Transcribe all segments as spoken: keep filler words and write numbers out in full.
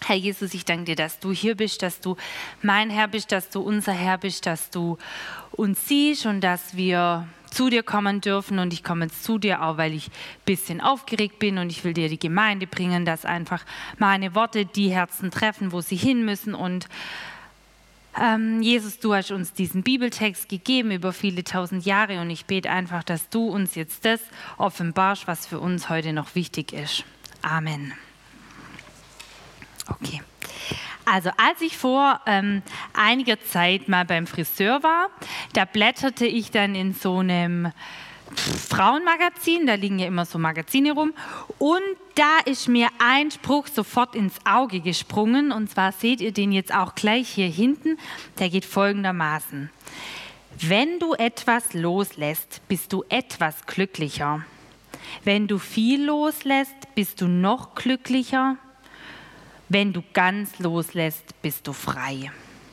Herr Jesus, ich danke dir, dass du hier bist, dass du mein Herr bist, dass du unser Herr bist, dass du uns siehst und dass wir zu dir kommen dürfen. Und ich komme jetzt zu dir auch, weil ich ein bisschen aufgeregt bin und ich will dir die Gemeinde bringen, dass einfach meine Worte die Herzen treffen, wo sie hin müssen. Und ähm, Jesus, du hast uns diesen Bibeltext gegeben über viele tausend Jahre und ich bete einfach, dass du uns jetzt das offenbarst, was für uns heute noch wichtig ist. Amen. Okay. Also als ich vor ähm, einiger Zeit mal beim Friseur war, da blätterte ich dann in so einem Frauenmagazin, da liegen ja immer so Magazine rum, und da ist mir ein Spruch sofort ins Auge gesprungen, und zwar seht ihr den jetzt auch gleich hier hinten, der geht folgendermaßen: Wenn du etwas loslässt, bist du etwas glücklicher. Wenn du viel loslässt, bist du noch glücklicher. Wenn du ganz loslässt, bist du frei.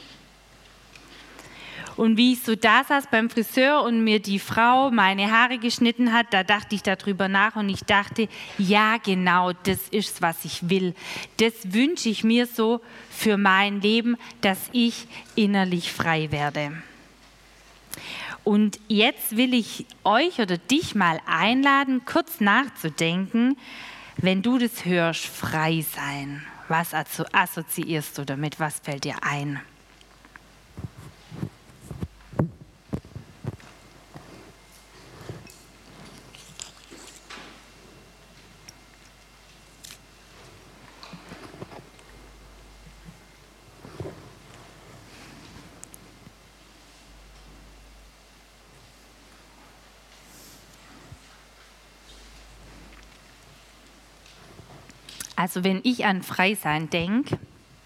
Und wie ich so da saß beim Friseur und mir die Frau meine Haare geschnitten hat, da dachte ich darüber nach und ich dachte, ja genau, das ist, was ich will. Das wünsche ich mir so für mein Leben, dass ich innerlich frei werde. Und jetzt will ich euch oder dich mal einladen, kurz nachzudenken, wenn du das hörst, frei sein. Was assoziierst du damit? Was fällt dir ein? Also wenn ich an Freisein denke,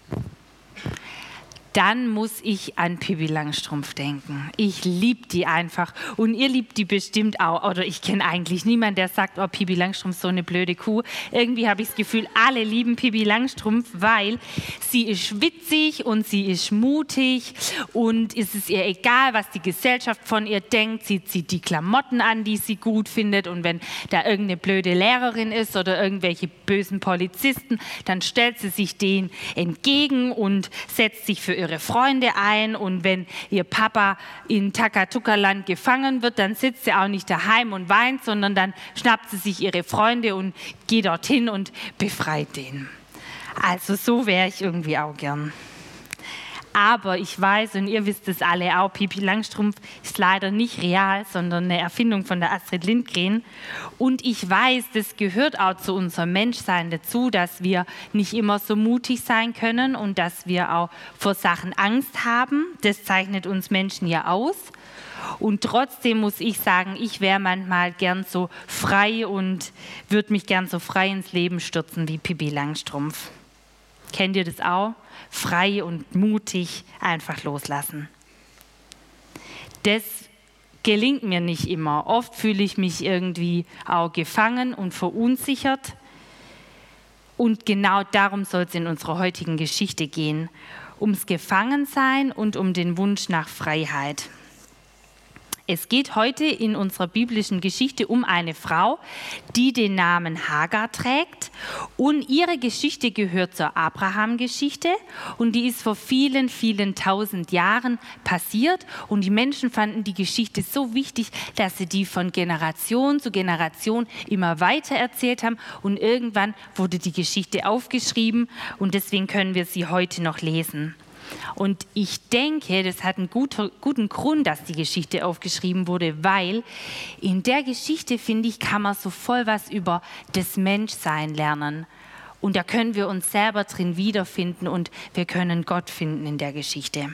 dann muss ich an Pippi Langstrumpf denken. Ich liebe die einfach und ihr liebt die bestimmt auch. Oder ich kenne eigentlich niemanden, der sagt, oh, Pippi Langstrumpf, so eine blöde Kuh. Irgendwie habe ich das Gefühl, alle lieben Pippi Langstrumpf, weil sie ist witzig und sie ist mutig und es ist ihr egal, was die Gesellschaft von ihr denkt. Sie zieht die Klamotten an, die sie gut findet, und wenn da irgendeine blöde Lehrerin ist oder irgendwelche bösen Polizisten, dann stellt sie sich denen entgegen und setzt sich für ihre ihre Freunde ein, und wenn ihr Papa in Takatuka-Land gefangen wird, dann sitzt sie auch nicht daheim und weint, sondern dann schnappt sie sich ihre Freunde und geht dorthin und befreit den. Also so wäre ich irgendwie auch gern. Aber ich weiß, und ihr wisst es alle auch, Pippi Langstrumpf ist leider nicht real, sondern eine Erfindung von der Astrid Lindgren. Und ich weiß, das gehört auch zu unserem Menschsein dazu, dass wir nicht immer so mutig sein können und dass wir auch vor Sachen Angst haben. Das zeichnet uns Menschen ja aus. Und trotzdem muss ich sagen, ich wäre manchmal gern so frei und würde mich gern so frei ins Leben stürzen wie Pippi Langstrumpf. Kennt ihr das auch? Frei und mutig einfach loslassen. Das gelingt mir nicht immer. Oft fühle ich mich irgendwie auch gefangen und verunsichert. Und genau darum soll es in unserer heutigen Geschichte gehen. Ums Gefangensein und um den Wunsch nach Freiheit. Es geht heute in unserer biblischen Geschichte um eine Frau, die den Namen Hagar trägt, und ihre Geschichte gehört zur Abraham-Geschichte und die ist vor vielen, vielen tausend Jahren passiert, und die Menschen fanden die Geschichte so wichtig, dass sie die von Generation zu Generation immer weiter erzählt haben, und irgendwann wurde die Geschichte aufgeschrieben und deswegen können wir sie heute noch lesen. Und ich denke, das hat einen guter, guten Grund, dass die Geschichte aufgeschrieben wurde, weil in der Geschichte, finde ich, kann man so voll was über das Menschsein lernen. Und da können wir uns selber drin wiederfinden und wir können Gott finden in der Geschichte.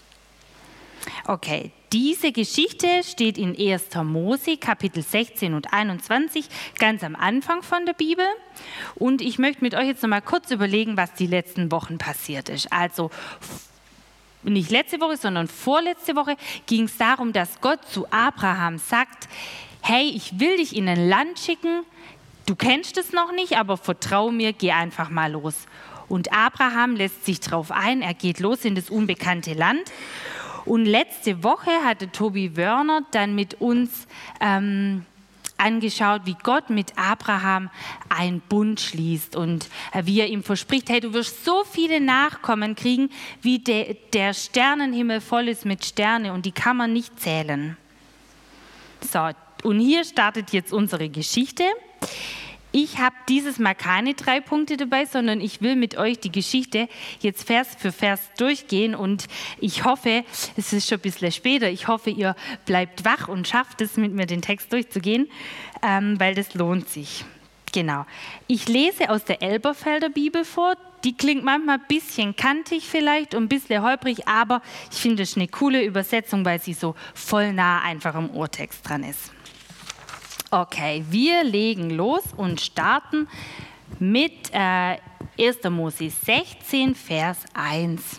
Okay, diese Geschichte steht in erster Mose, Kapitel sechzehn und einundzwanzig, ganz am Anfang von der Bibel. Und ich möchte mit euch jetzt noch mal kurz überlegen, was die letzten Wochen passiert ist. Also nicht letzte Woche, sondern vorletzte Woche ging es darum, dass Gott zu Abraham sagt, hey, ich will dich in ein Land schicken, du kennst es noch nicht, aber vertrau mir, geh einfach mal los. Und Abraham lässt sich drauf ein, er geht los in das unbekannte Land. Und letzte Woche hatte Tobi Wörner dann mit uns ähm, angeschaut, wie Gott mit Abraham einen Bund schließt und wie er ihm verspricht, hey, du wirst so viele Nachkommen kriegen, wie de, der Sternenhimmel voll ist mit Sterne und die kann man nicht zählen. So, und hier startet jetzt unsere Geschichte. Ich habe dieses Mal keine drei Punkte dabei, sondern ich will mit euch die Geschichte jetzt Vers für Vers durchgehen und ich hoffe, es ist schon ein bisschen später, ich hoffe, ihr bleibt wach und schafft es, mit mir den Text durchzugehen, ähm, weil das lohnt sich. Genau. Ich lese aus der Elberfelder Bibel vor, die klingt manchmal ein bisschen kantig vielleicht und ein bisschen holprig, aber ich finde es eine coole Übersetzung, weil sie so voll nah einfach im Urtext dran ist. Okay, wir legen los und starten mit äh, erster Mose sechzehn, Vers eins.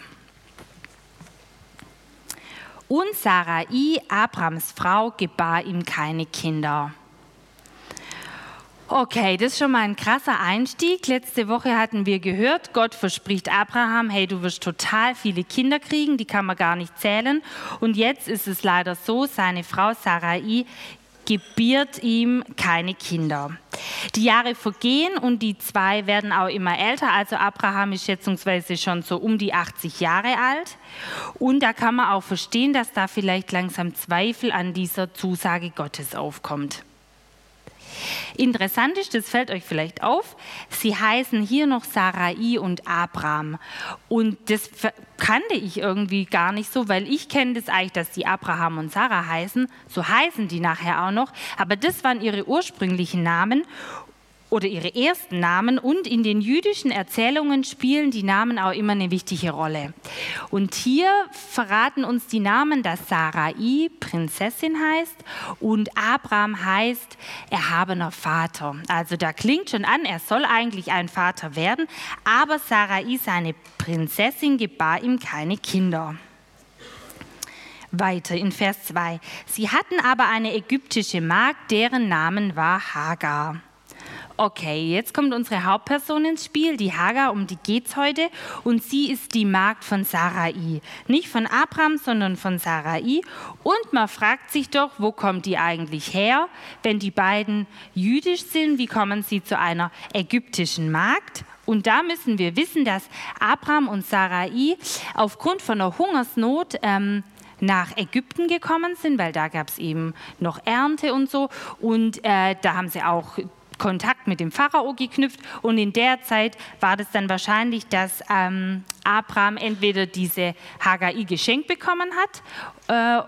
Und Sarai, Abrams Frau, gebar ihm keine Kinder. Okay, das ist schon mal ein krasser Einstieg. Letzte Woche hatten wir gehört, Gott verspricht Abraham, hey, du wirst total viele Kinder kriegen, die kann man gar nicht zählen. Und jetzt ist es leider so, seine Frau Sarai gebiert ihm keine Kinder. Die Jahre vergehen und die zwei werden auch immer älter. Also Abraham ist schätzungsweise schon so um die achtzig Jahre alt. Und da kann man auch verstehen, dass da vielleicht langsam Zweifel an dieser Zusage Gottes aufkommt. Interessant ist, das fällt euch vielleicht auf, sie heißen hier noch Sarai und Abram. Und das kannte ich irgendwie gar nicht so, weil ich kenne das eigentlich, dass die Abraham und Sarah heißen. So heißen die nachher auch noch. Aber das waren ihre ursprünglichen Namen oder ihre ersten Namen. Und in den jüdischen Erzählungen spielen die Namen auch immer eine wichtige Rolle. Und hier verraten uns die Namen, dass Sarai Prinzessin heißt und Abram heißt erhabener Vater. Also da klingt schon an, er soll eigentlich ein Vater werden, aber Sarai, seine Prinzessin, gebar ihm keine Kinder. Weiter in Vers zwei. Sie hatten aber eine ägyptische Magd, deren Namen war Hagar. Okay, jetzt kommt unsere Hauptperson ins Spiel, die Hagar, um die geht's heute. Und sie ist die Magd von Sarai. Nicht von Abram, sondern von Sarai. Und man fragt sich doch, wo kommt die eigentlich her? Wenn die beiden jüdisch sind, wie kommen sie zu einer ägyptischen Magd? Und da müssen wir wissen, dass Abram und Sarai aufgrund von einer Hungersnot ähm, nach Ägypten gekommen sind, weil da gab es eben noch Ernte und so. Und äh, da haben sie auch Kontakt mit dem Pharao geknüpft und in der Zeit war das dann wahrscheinlich, dass ähm, Abraham entweder diese Hagar geschenkt bekommen hat, äh,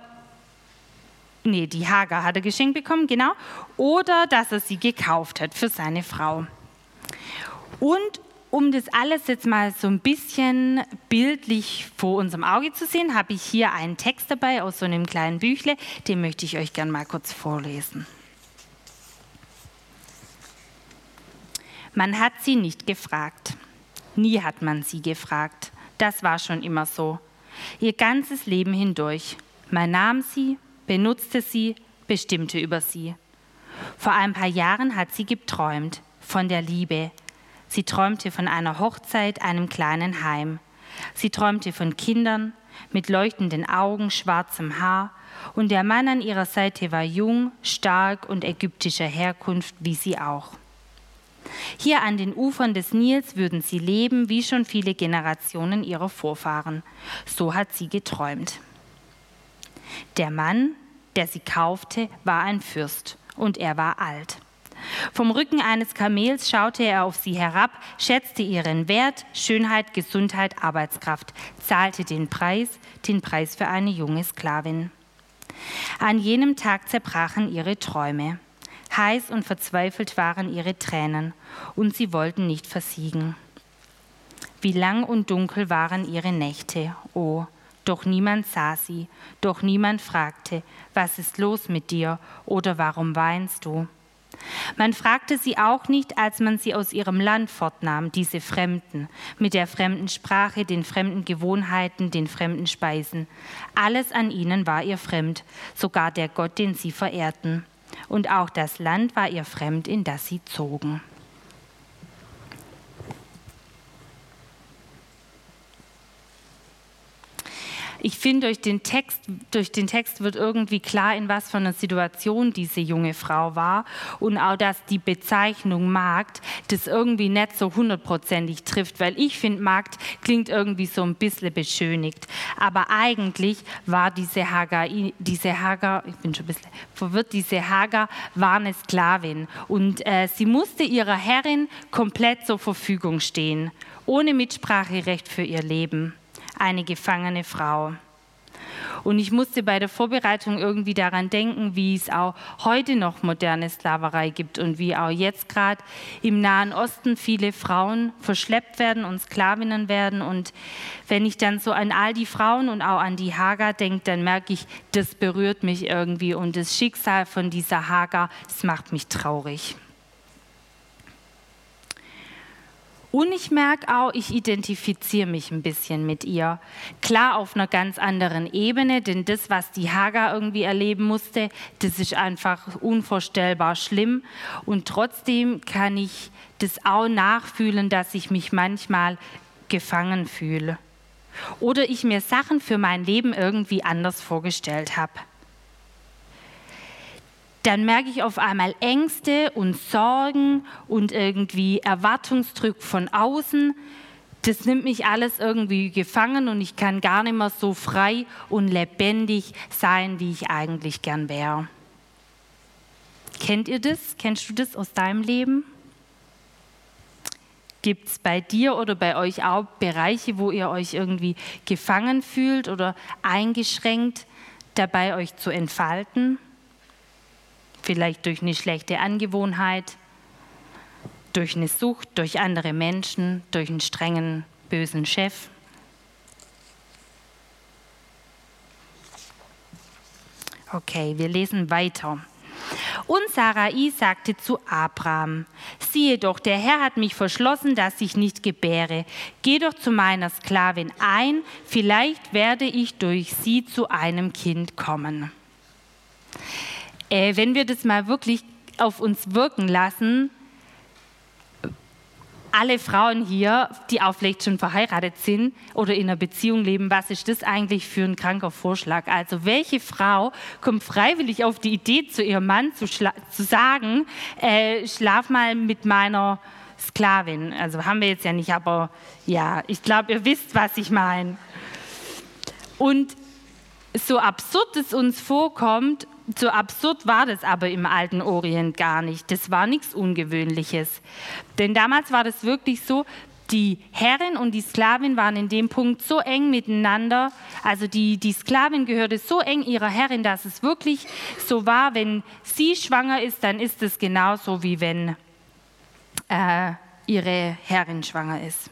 nee, die Hagar hat er geschenkt bekommen, genau, oder dass er sie gekauft hat für seine Frau. Und um das alles jetzt mal so ein bisschen bildlich vor unserem Auge zu sehen, habe ich hier einen Text dabei aus so einem kleinen Büchle, den möchte ich euch gerne mal kurz vorlesen. Man hat sie nicht gefragt. Nie hat man sie gefragt. Das war schon immer so. Ihr ganzes Leben hindurch. Man nahm sie, benutzte sie, bestimmte über sie. Vor ein paar Jahren hat sie geträumt von der Liebe. Sie träumte von einer Hochzeit, einem kleinen Heim. Sie träumte von Kindern mit leuchtenden Augen, schwarzem Haar. Und der Mann an ihrer Seite war jung, stark und ägyptischer Herkunft, wie sie auch. Hier an den Ufern des Nils würden sie leben, wie schon viele Generationen ihrer Vorfahren. So hat sie geträumt. Der Mann, der sie kaufte, war ein Fürst und er war alt. Vom Rücken eines Kamels schaute er auf sie herab, schätzte ihren Wert, Schönheit, Gesundheit, Arbeitskraft, zahlte den Preis, den Preis für eine junge Sklavin. An jenem Tag zerbrachen ihre Träume. Heiß und verzweifelt waren ihre Tränen und sie wollten nicht versiegen. Wie lang und dunkel waren ihre Nächte, oh, doch niemand sah sie, doch niemand fragte, was ist los mit dir oder warum weinst du? Man fragte sie auch nicht, als man sie aus ihrem Land fortnahm, diese Fremden, mit der fremden Sprache, den fremden Gewohnheiten, den fremden Speisen. Alles an ihnen war ihr fremd, sogar der Gott, den sie verehrten. Und auch das Land war ihr fremd, in das sie zogen. Ich finde, durch den Text, durch den Text wird irgendwie klar, in was für einer Situation diese junge Frau war und auch, dass die Bezeichnung Magd das irgendwie nicht so hundertprozentig trifft, weil ich finde, Magd klingt irgendwie so ein bisschen beschönigt. Aber eigentlich war diese Hagar, diese Hagar, ich bin schon ein bisschen verwirrt, diese Hagar war eine Sklavin und äh, sie musste ihrer Herrin komplett zur Verfügung stehen, ohne Mitspracherecht für ihr Leben. Eine gefangene Frau. Und ich musste bei der Vorbereitung irgendwie daran denken, wie es auch heute noch moderne Sklaverei gibt und wie auch jetzt gerade im Nahen Osten viele Frauen verschleppt werden und Sklavinnen werden. Und wenn ich dann so an all die Frauen und auch an die Hagar denke, dann merke ich, das berührt mich irgendwie und das Schicksal von dieser Hagar, das macht mich traurig. Und ich merke auch, ich identifiziere mich ein bisschen mit ihr. Klar auf einer ganz anderen Ebene, denn das, was die Hagar irgendwie erleben musste, das ist einfach unvorstellbar schlimm. Und trotzdem kann ich das auch nachfühlen, dass ich mich manchmal gefangen fühle. Oder ich mir Sachen für mein Leben irgendwie anders vorgestellt habe. Dann merke ich auf einmal Ängste und Sorgen und irgendwie Erwartungsdruck von außen. Das nimmt mich alles irgendwie gefangen und ich kann gar nicht mehr so frei und lebendig sein, wie ich eigentlich gern wäre. Kennt ihr das? Kennst du das aus deinem Leben? Gibt es bei dir oder bei euch auch Bereiche, wo ihr euch irgendwie gefangen fühlt oder eingeschränkt, dabei euch zu entfalten? Vielleicht durch eine schlechte Angewohnheit, durch eine Sucht, durch andere Menschen, durch einen strengen, bösen Chef. Okay, wir lesen weiter. Und Sarai sagte zu Abraham: Siehe doch, der Herr hat mich verschlossen, dass ich nicht gebäre. Geh doch zu meiner Sklavin ein, vielleicht werde ich durch sie zu einem Kind kommen. Äh, wenn wir das mal wirklich auf uns wirken lassen, alle Frauen hier, die auch vielleicht schon verheiratet sind oder in einer Beziehung leben, was ist das eigentlich für ein kranker Vorschlag? Also welche Frau kommt freiwillig auf die Idee, zu ihrem Mann zu, schla- zu sagen, äh, schlaf mal mit meiner Sklavin? Also haben wir jetzt ja nicht, aber ja, ich glaube, ihr wisst, was ich meine. Und so absurd es uns vorkommt, so absurd war das aber im alten Orient gar nicht. Das war nichts Ungewöhnliches. Denn damals war das wirklich so, die Herrin und die Sklavin waren in dem Punkt so eng miteinander. Also die, die Sklavin gehörte so eng ihrer Herrin, dass es wirklich so war, wenn sie schwanger ist, dann ist es genauso, wie wenn äh, ihre Herrin schwanger ist.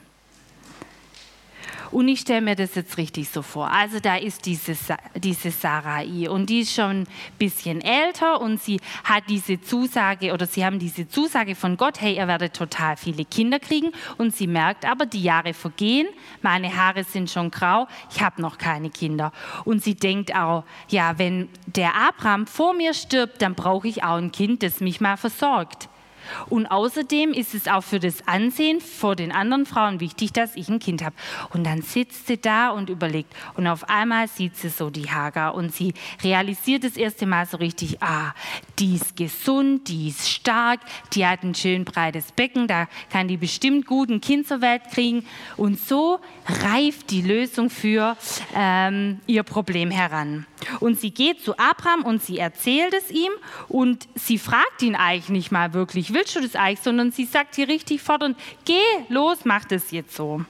Und ich stelle mir das jetzt richtig so vor. Also da ist diese, diese Sarai und die ist schon ein bisschen älter und sie hat diese Zusage oder sie haben diese Zusage von Gott, hey, ihr werdet total viele Kinder kriegen. Und sie merkt aber, die Jahre vergehen, meine Haare sind schon grau, ich habe noch keine Kinder. Und sie denkt auch, ja, wenn der Abraham vor mir stirbt, dann brauche ich auch ein Kind, das mich mal versorgt. Und außerdem ist es auch für das Ansehen vor den anderen Frauen wichtig, dass ich ein Kind habe. Und dann sitzt sie da und überlegt. Und auf einmal sieht sie so die Hagar und sie realisiert das erste Mal so richtig, ah, die ist gesund, die ist stark, die hat ein schön breites Becken, da kann die bestimmt gut ein Kind zur Welt kriegen. Und so reift die Lösung für ähm, ihr Problem heran. Und sie geht zu Abraham und sie erzählt es ihm und sie fragt ihn eigentlich nicht mal wirklich, willst du das eigentlich, sondern sie sagt hier richtig fordernd, geh los, mach das jetzt so.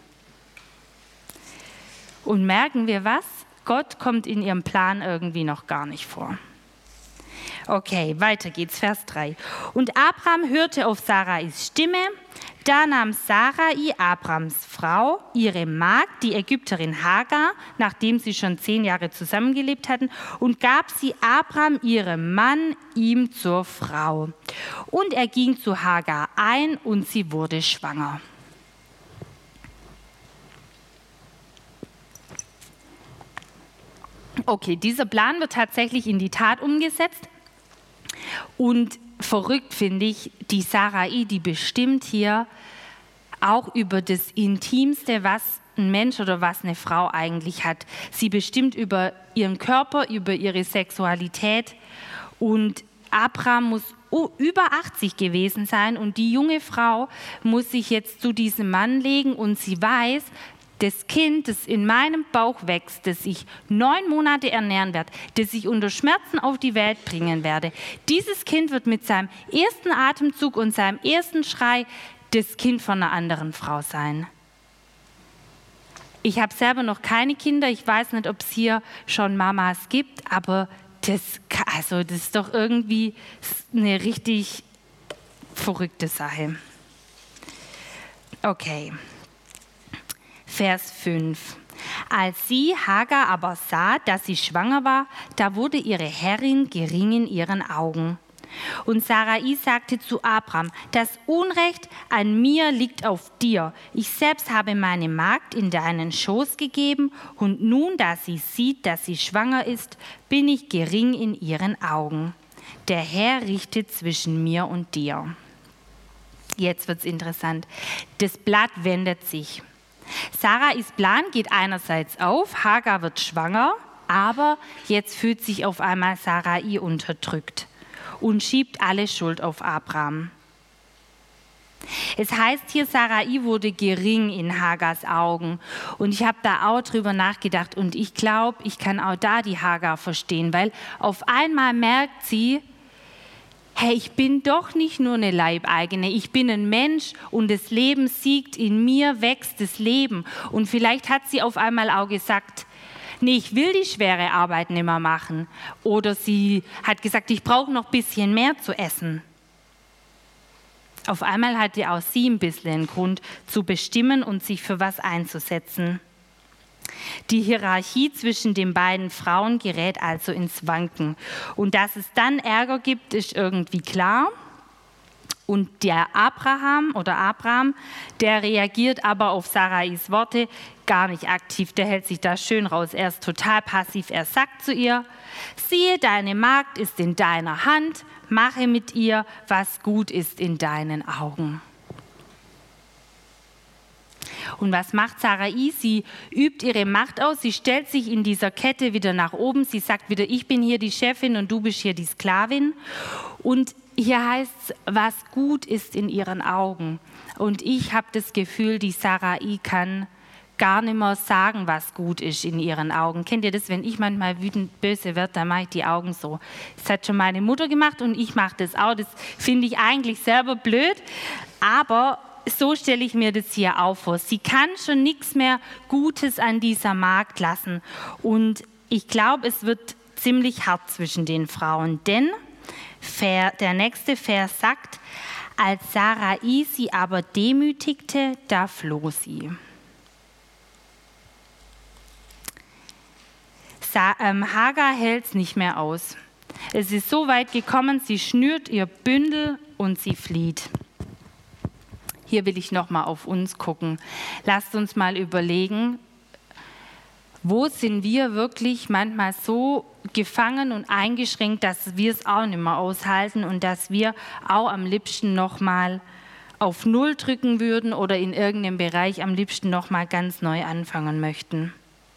Und merken wir was? Gott kommt in ihrem Plan irgendwie noch gar nicht vor. Okay, weiter geht's, Vers drei. Und Abraham hörte auf Sarais Stimme. Da nahm Sarai, Abrams Frau, ihre Magd, die Ägypterin Hagar, nachdem sie schon zehn Jahre zusammengelebt hatten, und gab sie Abraham, ihrem Mann, ihm zur Frau. Und er ging zu Hagar ein und sie wurde schwanger. Okay, dieser Plan wird tatsächlich in die Tat umgesetzt. Und verrückt finde ich, die Sarai, die bestimmt hier auch über das Intimste, was ein Mensch oder was eine Frau eigentlich hat. Sie bestimmt über ihren Körper, über ihre Sexualität. Und Abraham muss über achtzig gewesen sein und die junge Frau muss sich jetzt zu diesem Mann legen und sie weiß, das Kind, das in meinem Bauch wächst, das ich neun Monate ernähren werde, das ich unter Schmerzen auf die Welt bringen werde, dieses Kind wird mit seinem ersten Atemzug und seinem ersten Schrei das Kind von einer anderen Frau sein. Ich habe selber noch keine Kinder, ich weiß nicht, ob es hier schon Mamas gibt, aber das, also das ist doch irgendwie eine richtig verrückte Sache. Okay, Vers fünf. Als sie, Hagar, aber sah, dass sie schwanger war, da wurde ihre Herrin gering in ihren Augen. Und Sarai sagte zu Abram, das Unrecht an mir liegt auf dir. Ich selbst habe meine Magd in deinen Schoß gegeben und nun, da sie sieht, dass sie schwanger ist, bin ich gering in ihren Augen. Der Herr richtet zwischen mir und dir. Jetzt wird's interessant. Das Blatt wendet sich. Sarais Plan geht einerseits auf, Hagar wird schwanger, aber jetzt fühlt sich auf einmal Sarai unterdrückt und schiebt alle Schuld auf Abraham. Es heißt hier, Sarai wurde gering in Hagars Augen. Und ich habe da auch drüber nachgedacht und ich glaube, ich kann auch da die Hagar verstehen, weil auf einmal merkt sie, hey, ich bin doch nicht nur eine Leibeigene, ich bin ein Mensch und das Leben siegt, in mir wächst das Leben. Und vielleicht hat sie auf einmal auch gesagt, nee, ich will die schwere Arbeit nicht mehr machen. Oder sie hat gesagt, ich brauche noch ein bisschen mehr zu essen. Auf einmal hatte auch sie ein bisschen einen Grund zu bestimmen und sich für was einzusetzen. Die Hierarchie zwischen den beiden Frauen gerät also ins Wanken. Und dass es dann Ärger gibt, ist irgendwie klar. Und der Abraham oder Abraham, der reagiert aber auf Sarais Worte gar nicht aktiv. Der hält sich da schön raus. Er ist total passiv. Er sagt zu ihr, siehe, deine Magd ist in deiner Hand, mache mit ihr, was gut ist in deinen Augen. Und was macht Sarai? Sie übt ihre Macht aus, sie stellt sich in dieser Kette wieder nach oben, sie sagt wieder, ich bin hier die Chefin und du bist hier die Sklavin. Und hier heißt es, was gut ist in ihren Augen. Und ich habe das Gefühl, die Sarai kann gar nicht mehr sagen, was gut ist in ihren Augen. Kennt ihr das, wenn ich manchmal wütend böse werde, dann mache ich die Augen so. Das hat schon meine Mutter gemacht und ich mache das auch. Das finde ich eigentlich selber blöd, aber so stelle ich mir das hier auch vor. Sie kann schon nichts mehr Gutes an dieser Magd lassen. Und ich glaube, es wird ziemlich hart zwischen den Frauen, denn der nächste Vers sagt, als Sarai sie aber demütigte, da floh sie. Sa- ähm, Hagar hält es nicht mehr aus. Es ist so weit gekommen, sie schnürt ihr Bündel und sie flieht. Hier will ich nochmal auf uns gucken. Lasst uns mal überlegen, wo sind wir wirklich manchmal so gefangen und eingeschränkt, dass wir es auch nicht mehr aushalten und dass wir auch am liebsten nochmal auf Null drücken würden oder in irgendeinem Bereich am liebsten nochmal ganz neu anfangen möchten.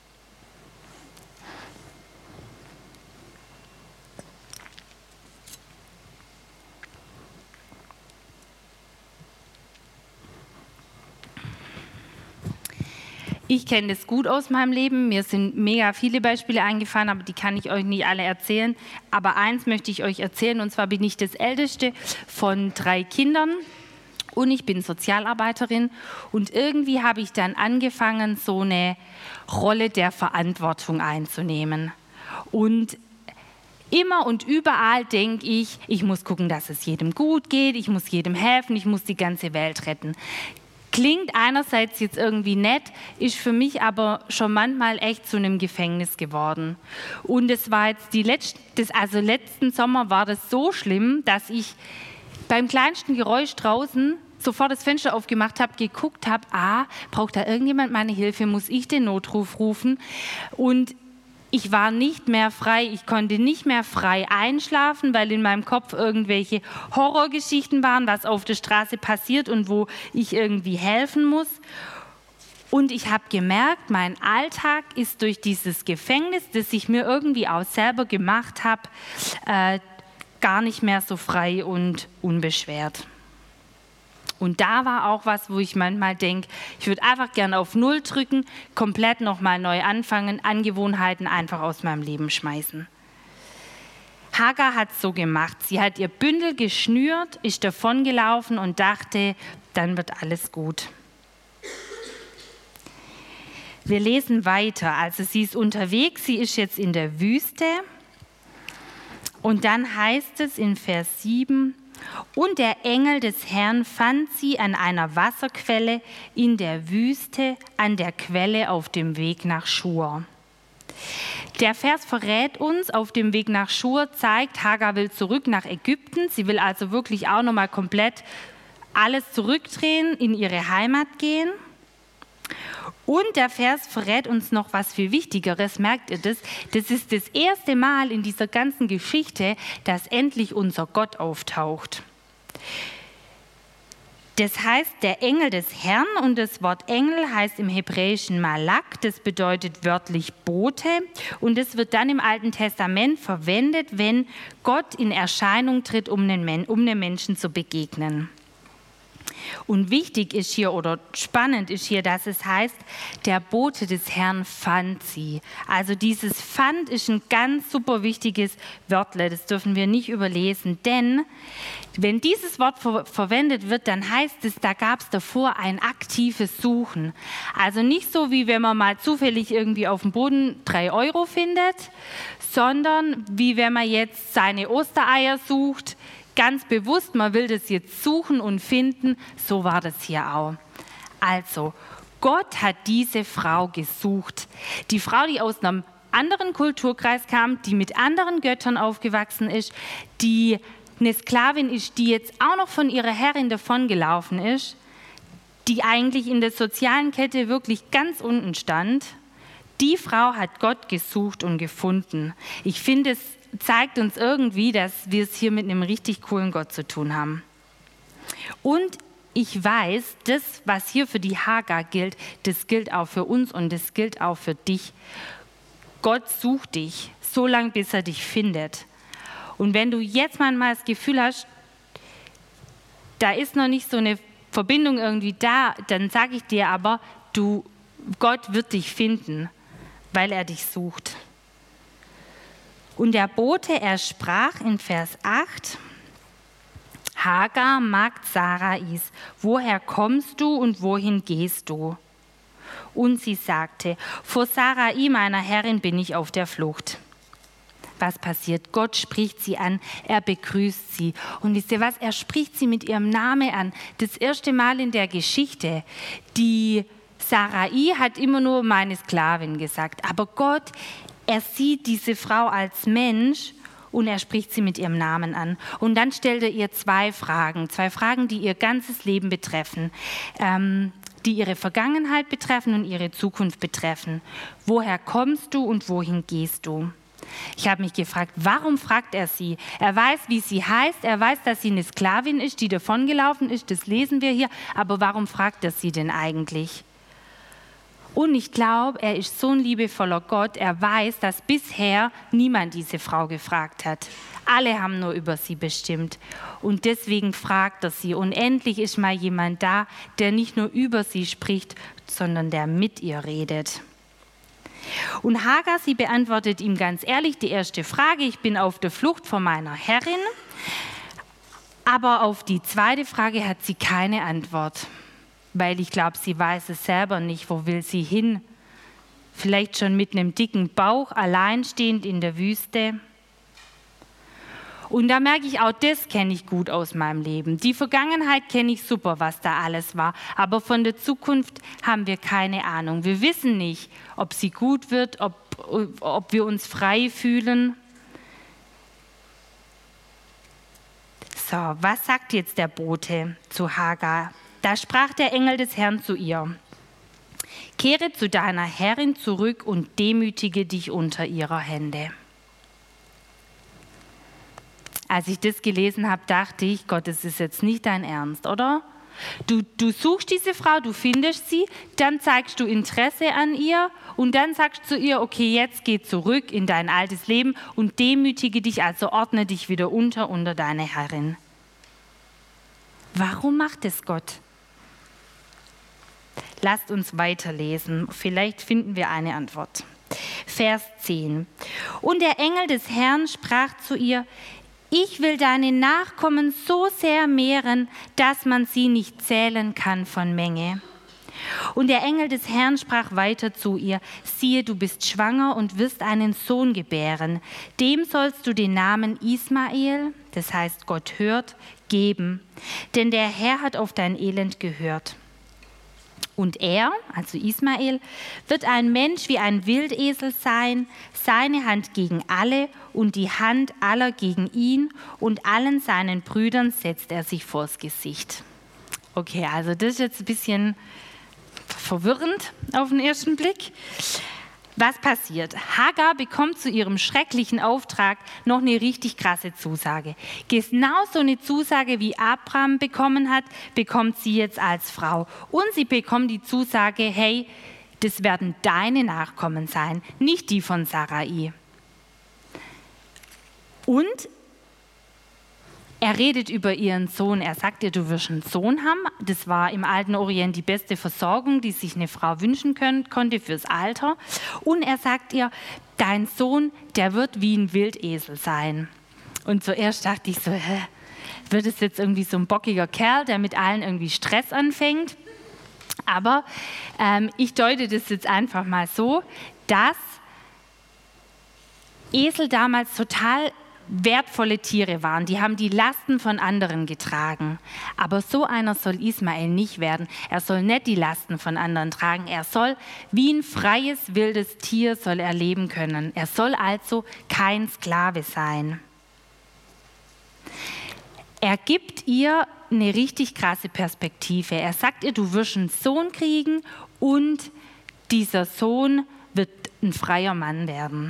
Ich kenne das gut aus meinem Leben. Mir sind mega viele Beispiele eingefallen, aber die kann ich euch nicht alle erzählen. Aber eins möchte ich euch erzählen, und zwar bin ich das älteste von drei Kindern und ich bin Sozialarbeiterin. Und irgendwie habe ich dann angefangen, so eine Rolle der Verantwortung einzunehmen. Und immer und überall denke ich, ich muss gucken, dass es jedem gut geht, ich muss jedem helfen, ich muss die ganze Welt retten. Klingt einerseits jetzt irgendwie nett, ist für mich aber schon manchmal echt zu einem Gefängnis geworden. Und es war jetzt die letzte, das, also letzten Sommer war das so schlimm, dass ich beim kleinsten Geräusch draußen sofort das Fenster aufgemacht habe, geguckt habe, ah, braucht da irgendjemand meine Hilfe, muss ich den Notruf rufen? Und Ich war nicht mehr frei, ich konnte nicht mehr frei einschlafen, weil in meinem Kopf irgendwelche Horrorgeschichten waren, was auf der Straße passiert und wo ich irgendwie helfen muss. Und ich habe gemerkt, mein Alltag ist durch dieses Gefängnis, das ich mir irgendwie auch selber gemacht habe, äh, gar nicht mehr so frei und unbeschwert. Und da war auch was, wo ich manchmal denke, ich würde einfach gerne auf Null drücken, komplett nochmal neu anfangen, Angewohnheiten einfach aus meinem Leben schmeißen. Hagar hat es so gemacht. Sie hat ihr Bündel geschnürt, ist davongelaufen und dachte, dann wird alles gut. Wir lesen weiter. Also sie ist unterwegs, sie ist jetzt in der Wüste. Und dann heißt es in Vers sieben, und der Engel des Herrn fand sie an einer Wasserquelle in der Wüste, an der Quelle auf dem Weg nach Schur. Der Vers verrät uns, auf dem Weg nach Schur zeigt, Hagar will zurück nach Ägypten. Sie will also wirklich auch nochmal komplett alles zurückdrehen, in ihre Heimat gehen. Und der Vers verrät uns noch was viel Wichtigeres, merkt ihr das? Das ist das erste Mal in dieser ganzen Geschichte, dass endlich unser Gott auftaucht. Das heißt, der Engel des Herrn, und das Wort Engel heißt im Hebräischen Malak, das bedeutet wörtlich Bote, und das wird dann im Alten Testament verwendet, wenn Gott in Erscheinung tritt, um den, um den Menschen zu begegnen. Und wichtig ist hier oder spannend ist hier, dass es heißt, der Bote des Herrn fand sie. Also dieses fand ist ein ganz super wichtiges Wörtle, das dürfen wir nicht überlesen, denn wenn dieses Wort ver- verwendet wird, dann heißt es, da gab es davor ein aktives Suchen. Also nicht so, wie wenn man mal zufällig irgendwie auf dem Boden drei Euro findet, sondern wie wenn man jetzt seine Ostereier sucht, ganz bewusst, man will das jetzt suchen und finden, so war das hier auch. Also, Gott hat diese Frau gesucht. Die Frau, die aus einem anderen Kulturkreis kam, die mit anderen Göttern aufgewachsen ist, die eine Sklavin ist, die jetzt auch noch von ihrer Herrin davongelaufen ist, die eigentlich in der sozialen Kette wirklich ganz unten stand. Die Frau hat Gott gesucht und gefunden. Ich finde, es zeigt uns irgendwie, dass wir es hier mit einem richtig coolen Gott zu tun haben. Und ich weiß, das, was hier für die Hagar gilt, das gilt auch für uns und das gilt auch für dich. Gott sucht dich, so lange, bis er dich findet. Und wenn du jetzt manchmal das Gefühl hast, da ist noch nicht so eine Verbindung irgendwie da, dann sage ich dir aber, du, Gott wird dich finden, weil er dich sucht. Und der Bote, er sprach in Vers acht, Hagar, Magd Sarais, woher kommst du und wohin gehst du? Und sie sagte, vor Sarai, meiner Herrin, bin ich auf der Flucht. Was passiert? Gott spricht sie an, er begrüßt sie. Und wisst ihr was? Er spricht sie mit ihrem Namen an. Das erste Mal in der Geschichte. Die Sarai hat immer nur meine Sklavin gesagt. Aber Gott, er sieht diese Frau als Mensch und er spricht sie mit ihrem Namen an. Und dann stellt er ihr zwei Fragen, zwei Fragen, die ihr ganzes Leben betreffen, ähm, die ihre Vergangenheit betreffen und ihre Zukunft betreffen. Woher kommst du und wohin gehst du? Ich habe mich gefragt, warum fragt er sie? Er weiß, wie sie heißt, er weiß, dass sie eine Sklavin ist, die davongelaufen ist, das lesen wir hier, aber warum fragt er sie denn eigentlich? Und ich glaube, er ist so ein liebevoller Gott, er weiß, dass bisher niemand diese Frau gefragt hat. Alle haben nur über sie bestimmt und deswegen fragt er sie. Und endlich ist mal jemand da, der nicht nur über sie spricht, sondern der mit ihr redet. Und Hagar, sie beantwortet ihm ganz ehrlich die erste Frage, ich bin auf der Flucht vor meiner Herrin, aber auf die zweite Frage hat sie keine Antwort. Weil ich glaube, sie weiß es selber nicht, wo will sie hin. Vielleicht schon mit einem dicken Bauch, alleinstehend in der Wüste. Und da merke ich, auch das kenne ich gut aus meinem Leben. Die Vergangenheit kenne ich super, was da alles war. Aber von der Zukunft haben wir keine Ahnung. Wir wissen nicht, ob sie gut wird, ob, ob wir uns frei fühlen. So, was sagt jetzt der Bote zu Hagar? Da sprach der Engel des Herrn zu ihr. Kehre zu deiner Herrin zurück und demütige dich unter ihrer Hände. Als ich das gelesen habe, dachte ich, Gott, das ist jetzt nicht dein Ernst, oder? Du, du suchst diese Frau, du findest sie, dann zeigst du Interesse an ihr und dann sagst du zu ihr, okay, jetzt geh zurück in dein altes Leben und demütige dich, also ordne dich wieder unter, unter deine Herrin. Warum macht es Gott? Lasst uns weiterlesen, vielleicht finden wir eine Antwort. Vers zehn. Und der Engel des Herrn sprach zu ihr, ich will deine Nachkommen so sehr mehren, dass man sie nicht zählen kann von Menge. Und der Engel des Herrn sprach weiter zu ihr, siehe, du bist schwanger und wirst einen Sohn gebären. Dem sollst du den Namen Ismael, das heißt Gott hört, geben, denn der Herr hat auf dein Elend gehört. Und er, also Ismael, wird ein Mensch wie ein Wildesel sein, seine Hand gegen alle und die Hand aller gegen ihn und allen seinen Brüdern setzt er sich vors Gesicht. Okay, also das ist jetzt ein bisschen verwirrend auf den ersten Blick. Was passiert? Hagar bekommt zu ihrem schrecklichen Auftrag noch eine richtig krasse Zusage. Genau so eine Zusage, wie Abraham bekommen hat, bekommt sie jetzt als Frau. Und sie bekommt die Zusage, hey, das werden deine Nachkommen sein, nicht die von Sarai. Und er redet über ihren Sohn. Er sagt ihr, du wirst einen Sohn haben. Das war im alten Orient die beste Versorgung, die sich eine Frau wünschen können, konnte fürs Alter. Und er sagt ihr, dein Sohn, der wird wie ein Wildesel sein. Und zuerst dachte ich so, hä, wird es jetzt irgendwie so ein bockiger Kerl, der mit allen irgendwie Stress anfängt? Aber ähm, ich deute das jetzt einfach mal so, dass Esel damals total wertvolle Tiere waren. Die haben die Lasten von anderen getragen. Aber so einer soll Ismael nicht werden. Er soll nicht die Lasten von anderen tragen. Er soll wie ein freies, wildes Tier soll er leben können. Er soll also kein Sklave sein. Er gibt ihr eine richtig krasse Perspektive. Er sagt ihr, du wirst einen Sohn kriegen und dieser Sohn wird ein freier Mann werden.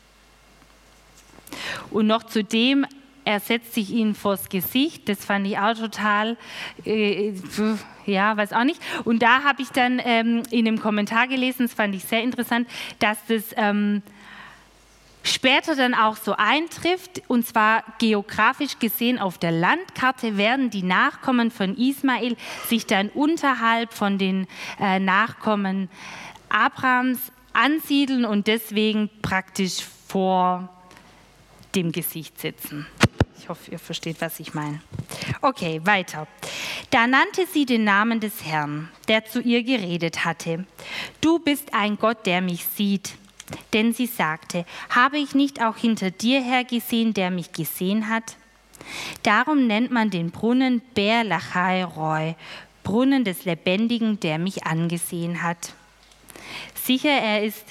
Und noch zudem, er setzt sich ihnen vors Gesicht, das fand ich auch total, äh, ja, weiß auch nicht. Und da habe ich dann ähm, in einem Kommentar gelesen, das fand ich sehr interessant, dass das ähm, später dann auch so eintrifft, und zwar geografisch gesehen auf der Landkarte werden die Nachkommen von Ismael sich dann unterhalb von den äh, Nachkommen Abrahams ansiedeln und deswegen praktisch vor dem Gesicht sitzen. Ich hoffe, ihr versteht, was ich meine. Okay, weiter. Da nannte sie den Namen des Herrn, der zu ihr geredet hatte. Du bist ein Gott, der mich sieht. Denn sie sagte, habe ich nicht auch hinter dir her gesehen, der mich gesehen hat? Darum nennt man den Brunnen Beer Lachai Roi, Brunnen des Lebendigen, der mich angesehen hat. Sicher, er ist...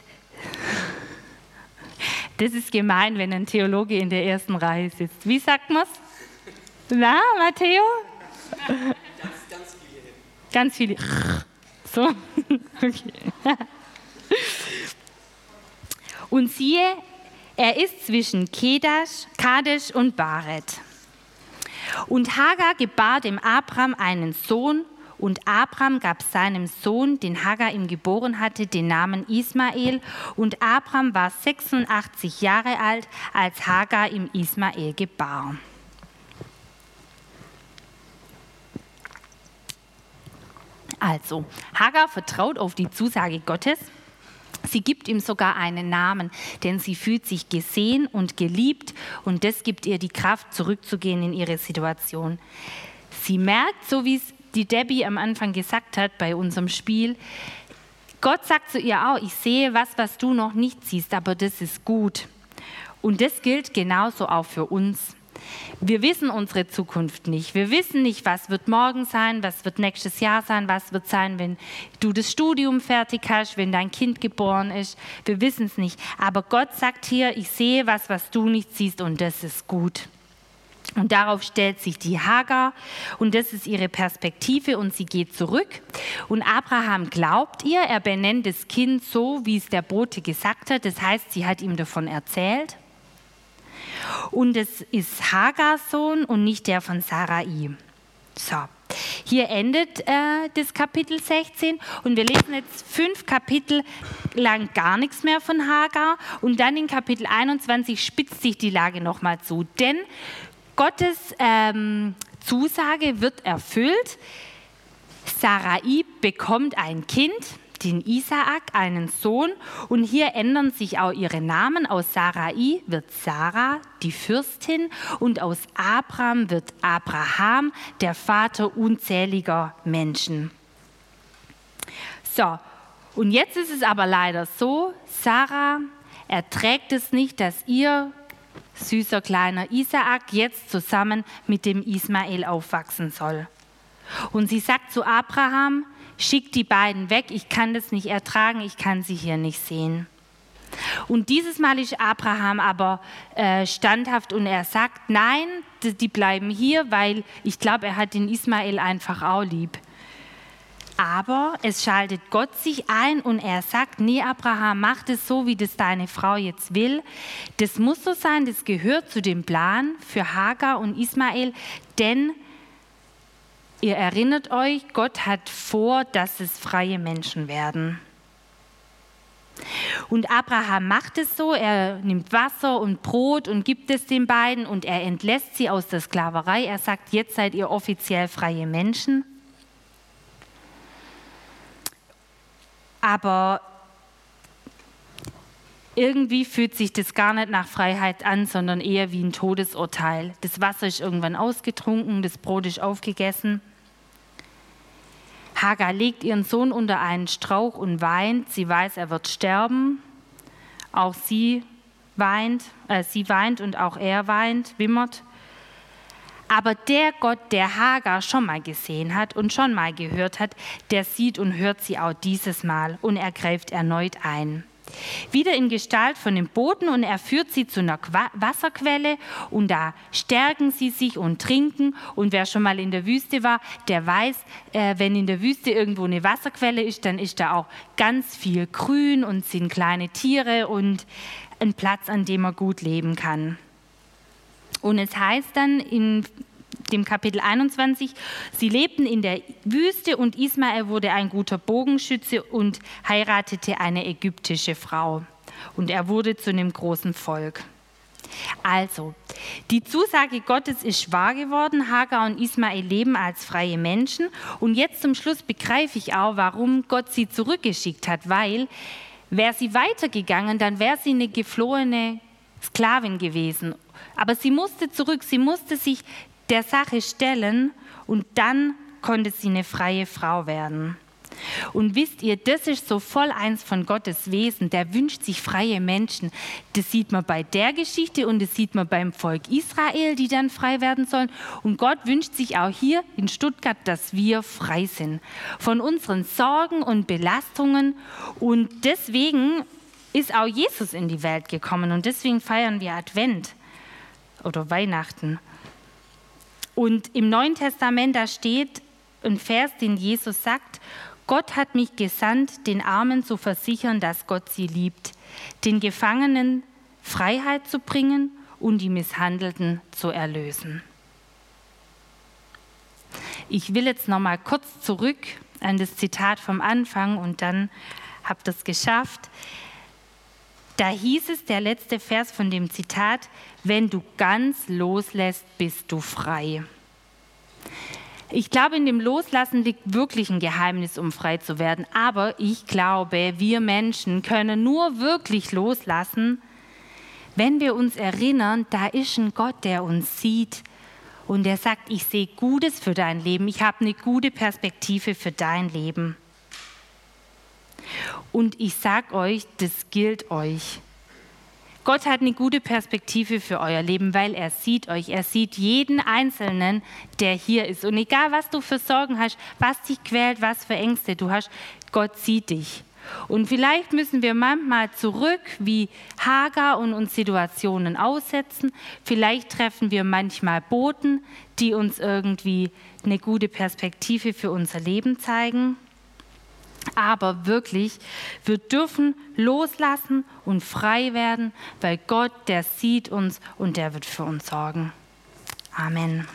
Das ist gemein, wenn ein Theologe in der ersten Reihe sitzt. Wie sagt man es? Na, Matteo? Ganz, ganz viele. Ganz viele. So. Okay. Und siehe, er ist zwischen Kedash, Kadesh und Baret. Und Hagar gebar dem Abram einen Sohn, und Abram gab seinem Sohn, den Hagar ihm geboren hatte, den Namen Ismael. Und Abram war sechsundachtzig Jahre alt, als Hagar ihm Ismael gebar. Also, Hagar vertraut auf die Zusage Gottes. Sie gibt ihm sogar einen Namen, denn sie fühlt sich gesehen und geliebt. Und das gibt ihr die Kraft, zurückzugehen in ihre Situation. Sie merkt, so wie es die Debbie am Anfang gesagt hat bei unserem Spiel, Gott sagt zu ihr auch, ich sehe was, was du noch nicht siehst, aber das ist gut. Und das gilt genauso auch für uns. Wir wissen unsere Zukunft nicht. Wir wissen nicht, was wird morgen sein, was wird nächstes Jahr sein, was wird sein, wenn du das Studium fertig hast, wenn dein Kind geboren ist. Wir wissen es nicht. Aber Gott sagt hier, ich sehe was, was du nicht siehst und das ist gut. Und darauf stellt sich die Hagar und das ist ihre Perspektive und sie geht zurück. Und Abraham glaubt ihr, er benennt das Kind so, wie es der Bote gesagt hat. Das heißt, sie hat ihm davon erzählt. Und es ist Hagars Sohn und nicht der von Sarai. So, hier endet äh, das Kapitel sechzehn und wir lesen jetzt fünf Kapitel lang gar nichts mehr von Hagar. Und dann in Kapitel einundzwanzig spitzt sich die Lage nochmal zu, denn Gottes ähm, Zusage wird erfüllt. Sarai bekommt ein Kind, den Isaak, einen Sohn. Und hier ändern sich auch ihre Namen. Aus Sarai wird Sarah, die Fürstin. Und aus Abraham wird Abraham, der Vater unzähliger Menschen. So, und jetzt ist es aber leider so, Sarah erträgt es nicht, dass ihr süßer kleiner Isaak jetzt zusammen mit dem Ismael aufwachsen soll. Und sie sagt zu Abraham, schick die beiden weg, ich kann das nicht ertragen, ich kann sie hier nicht sehen. Und dieses Mal ist Abraham aber äh, standhaft und er sagt, nein, die bleiben hier, weil ich glaube, er hat den Ismael einfach auch lieb. Aber es schaltet Gott sich ein und er sagt, nee Abraham, mach das so, wie das deine Frau jetzt will. Das muss so sein, das gehört zu dem Plan für Hagar und Ismael, denn ihr erinnert euch, Gott hat vor, dass es freie Menschen werden. Und Abraham macht es so, er nimmt Wasser und Brot und gibt es den beiden und er entlässt sie aus der Sklaverei. Er sagt, jetzt seid ihr offiziell freie Menschen. Aber irgendwie fühlt sich das gar nicht nach Freiheit an, sondern eher wie ein Todesurteil. Das Wasser ist irgendwann ausgetrunken, das Brot ist aufgegessen. Hagar legt ihren Sohn unter einen Strauch und weint. Sie weiß, er wird sterben. Auch sie weint, äh, sie weint und auch er weint, wimmert. Aber der Gott, der Hagar schon mal gesehen hat und schon mal gehört hat, der sieht und hört sie auch dieses Mal und er greift erneut ein. Wieder in Gestalt von dem Boten und er führt sie zu einer Wasserquelle und da stärken sie sich und trinken. Und wer schon mal in der Wüste war, der weiß, äh, wenn in der Wüste irgendwo eine Wasserquelle ist, dann ist da auch ganz viel Grün und sind kleine Tiere und ein Platz, an dem man gut leben kann. Und es heißt dann in dem Kapitel einundzwanzig, sie lebten in der Wüste und Ismael wurde ein guter Bogenschütze und heiratete eine ägyptische Frau. Und er wurde zu einem großen Volk. Also, die Zusage Gottes ist wahr geworden. Hagar und Ismael leben als freie Menschen. Und jetzt zum Schluss begreife ich auch, warum Gott sie zurückgeschickt hat. Weil, wäre sie weitergegangen, dann wäre sie eine geflohene Sklavin gewesen. Aber sie musste zurück, sie musste sich der Sache stellen und dann konnte sie eine freie Frau werden. Und wisst ihr, das ist so voll eins von Gottes Wesen, der wünscht sich freie Menschen. Das sieht man bei der Geschichte und das sieht man beim Volk Israel, die dann frei werden sollen. Und Gott wünscht sich auch hier in Stuttgart, dass wir frei sind von unseren Sorgen und Belastungen. Und deswegen ist auch Jesus in die Welt gekommen und deswegen feiern wir Advent oder Weihnachten. Und im Neuen Testament, da steht ein Vers, den Jesus sagt, Gott hat mich gesandt, den Armen zu versichern, dass Gott sie liebt, den Gefangenen Freiheit zu bringen und die Misshandelten zu erlösen. Ich will jetzt noch mal kurz zurück an das Zitat vom Anfang und dann habt ihr es geschafft. Da hieß es, der letzte Vers von dem Zitat, wenn du ganz loslässt, bist du frei. Ich glaube, in dem Loslassen liegt wirklich ein Geheimnis, um frei zu werden. Aber ich glaube, wir Menschen können nur wirklich loslassen, wenn wir uns erinnern, da ist ein Gott, der uns sieht und der sagt, ich sehe Gutes für dein Leben, ich habe eine gute Perspektive für dein Leben. Und ich sage euch, das gilt euch. Gott hat eine gute Perspektive für euer Leben, weil er sieht euch. Er sieht jeden Einzelnen, der hier ist. Und egal, was du für Sorgen hast, was dich quält, was für Ängste du hast, Gott sieht dich. Und vielleicht müssen wir manchmal zurück wie Hagar und uns Situationen aussetzen. Vielleicht treffen wir manchmal Boten, die uns irgendwie eine gute Perspektive für unser Leben zeigen. Aber wirklich, wir dürfen loslassen und frei werden, weil Gott, der sieht uns und der wird für uns sorgen. Amen.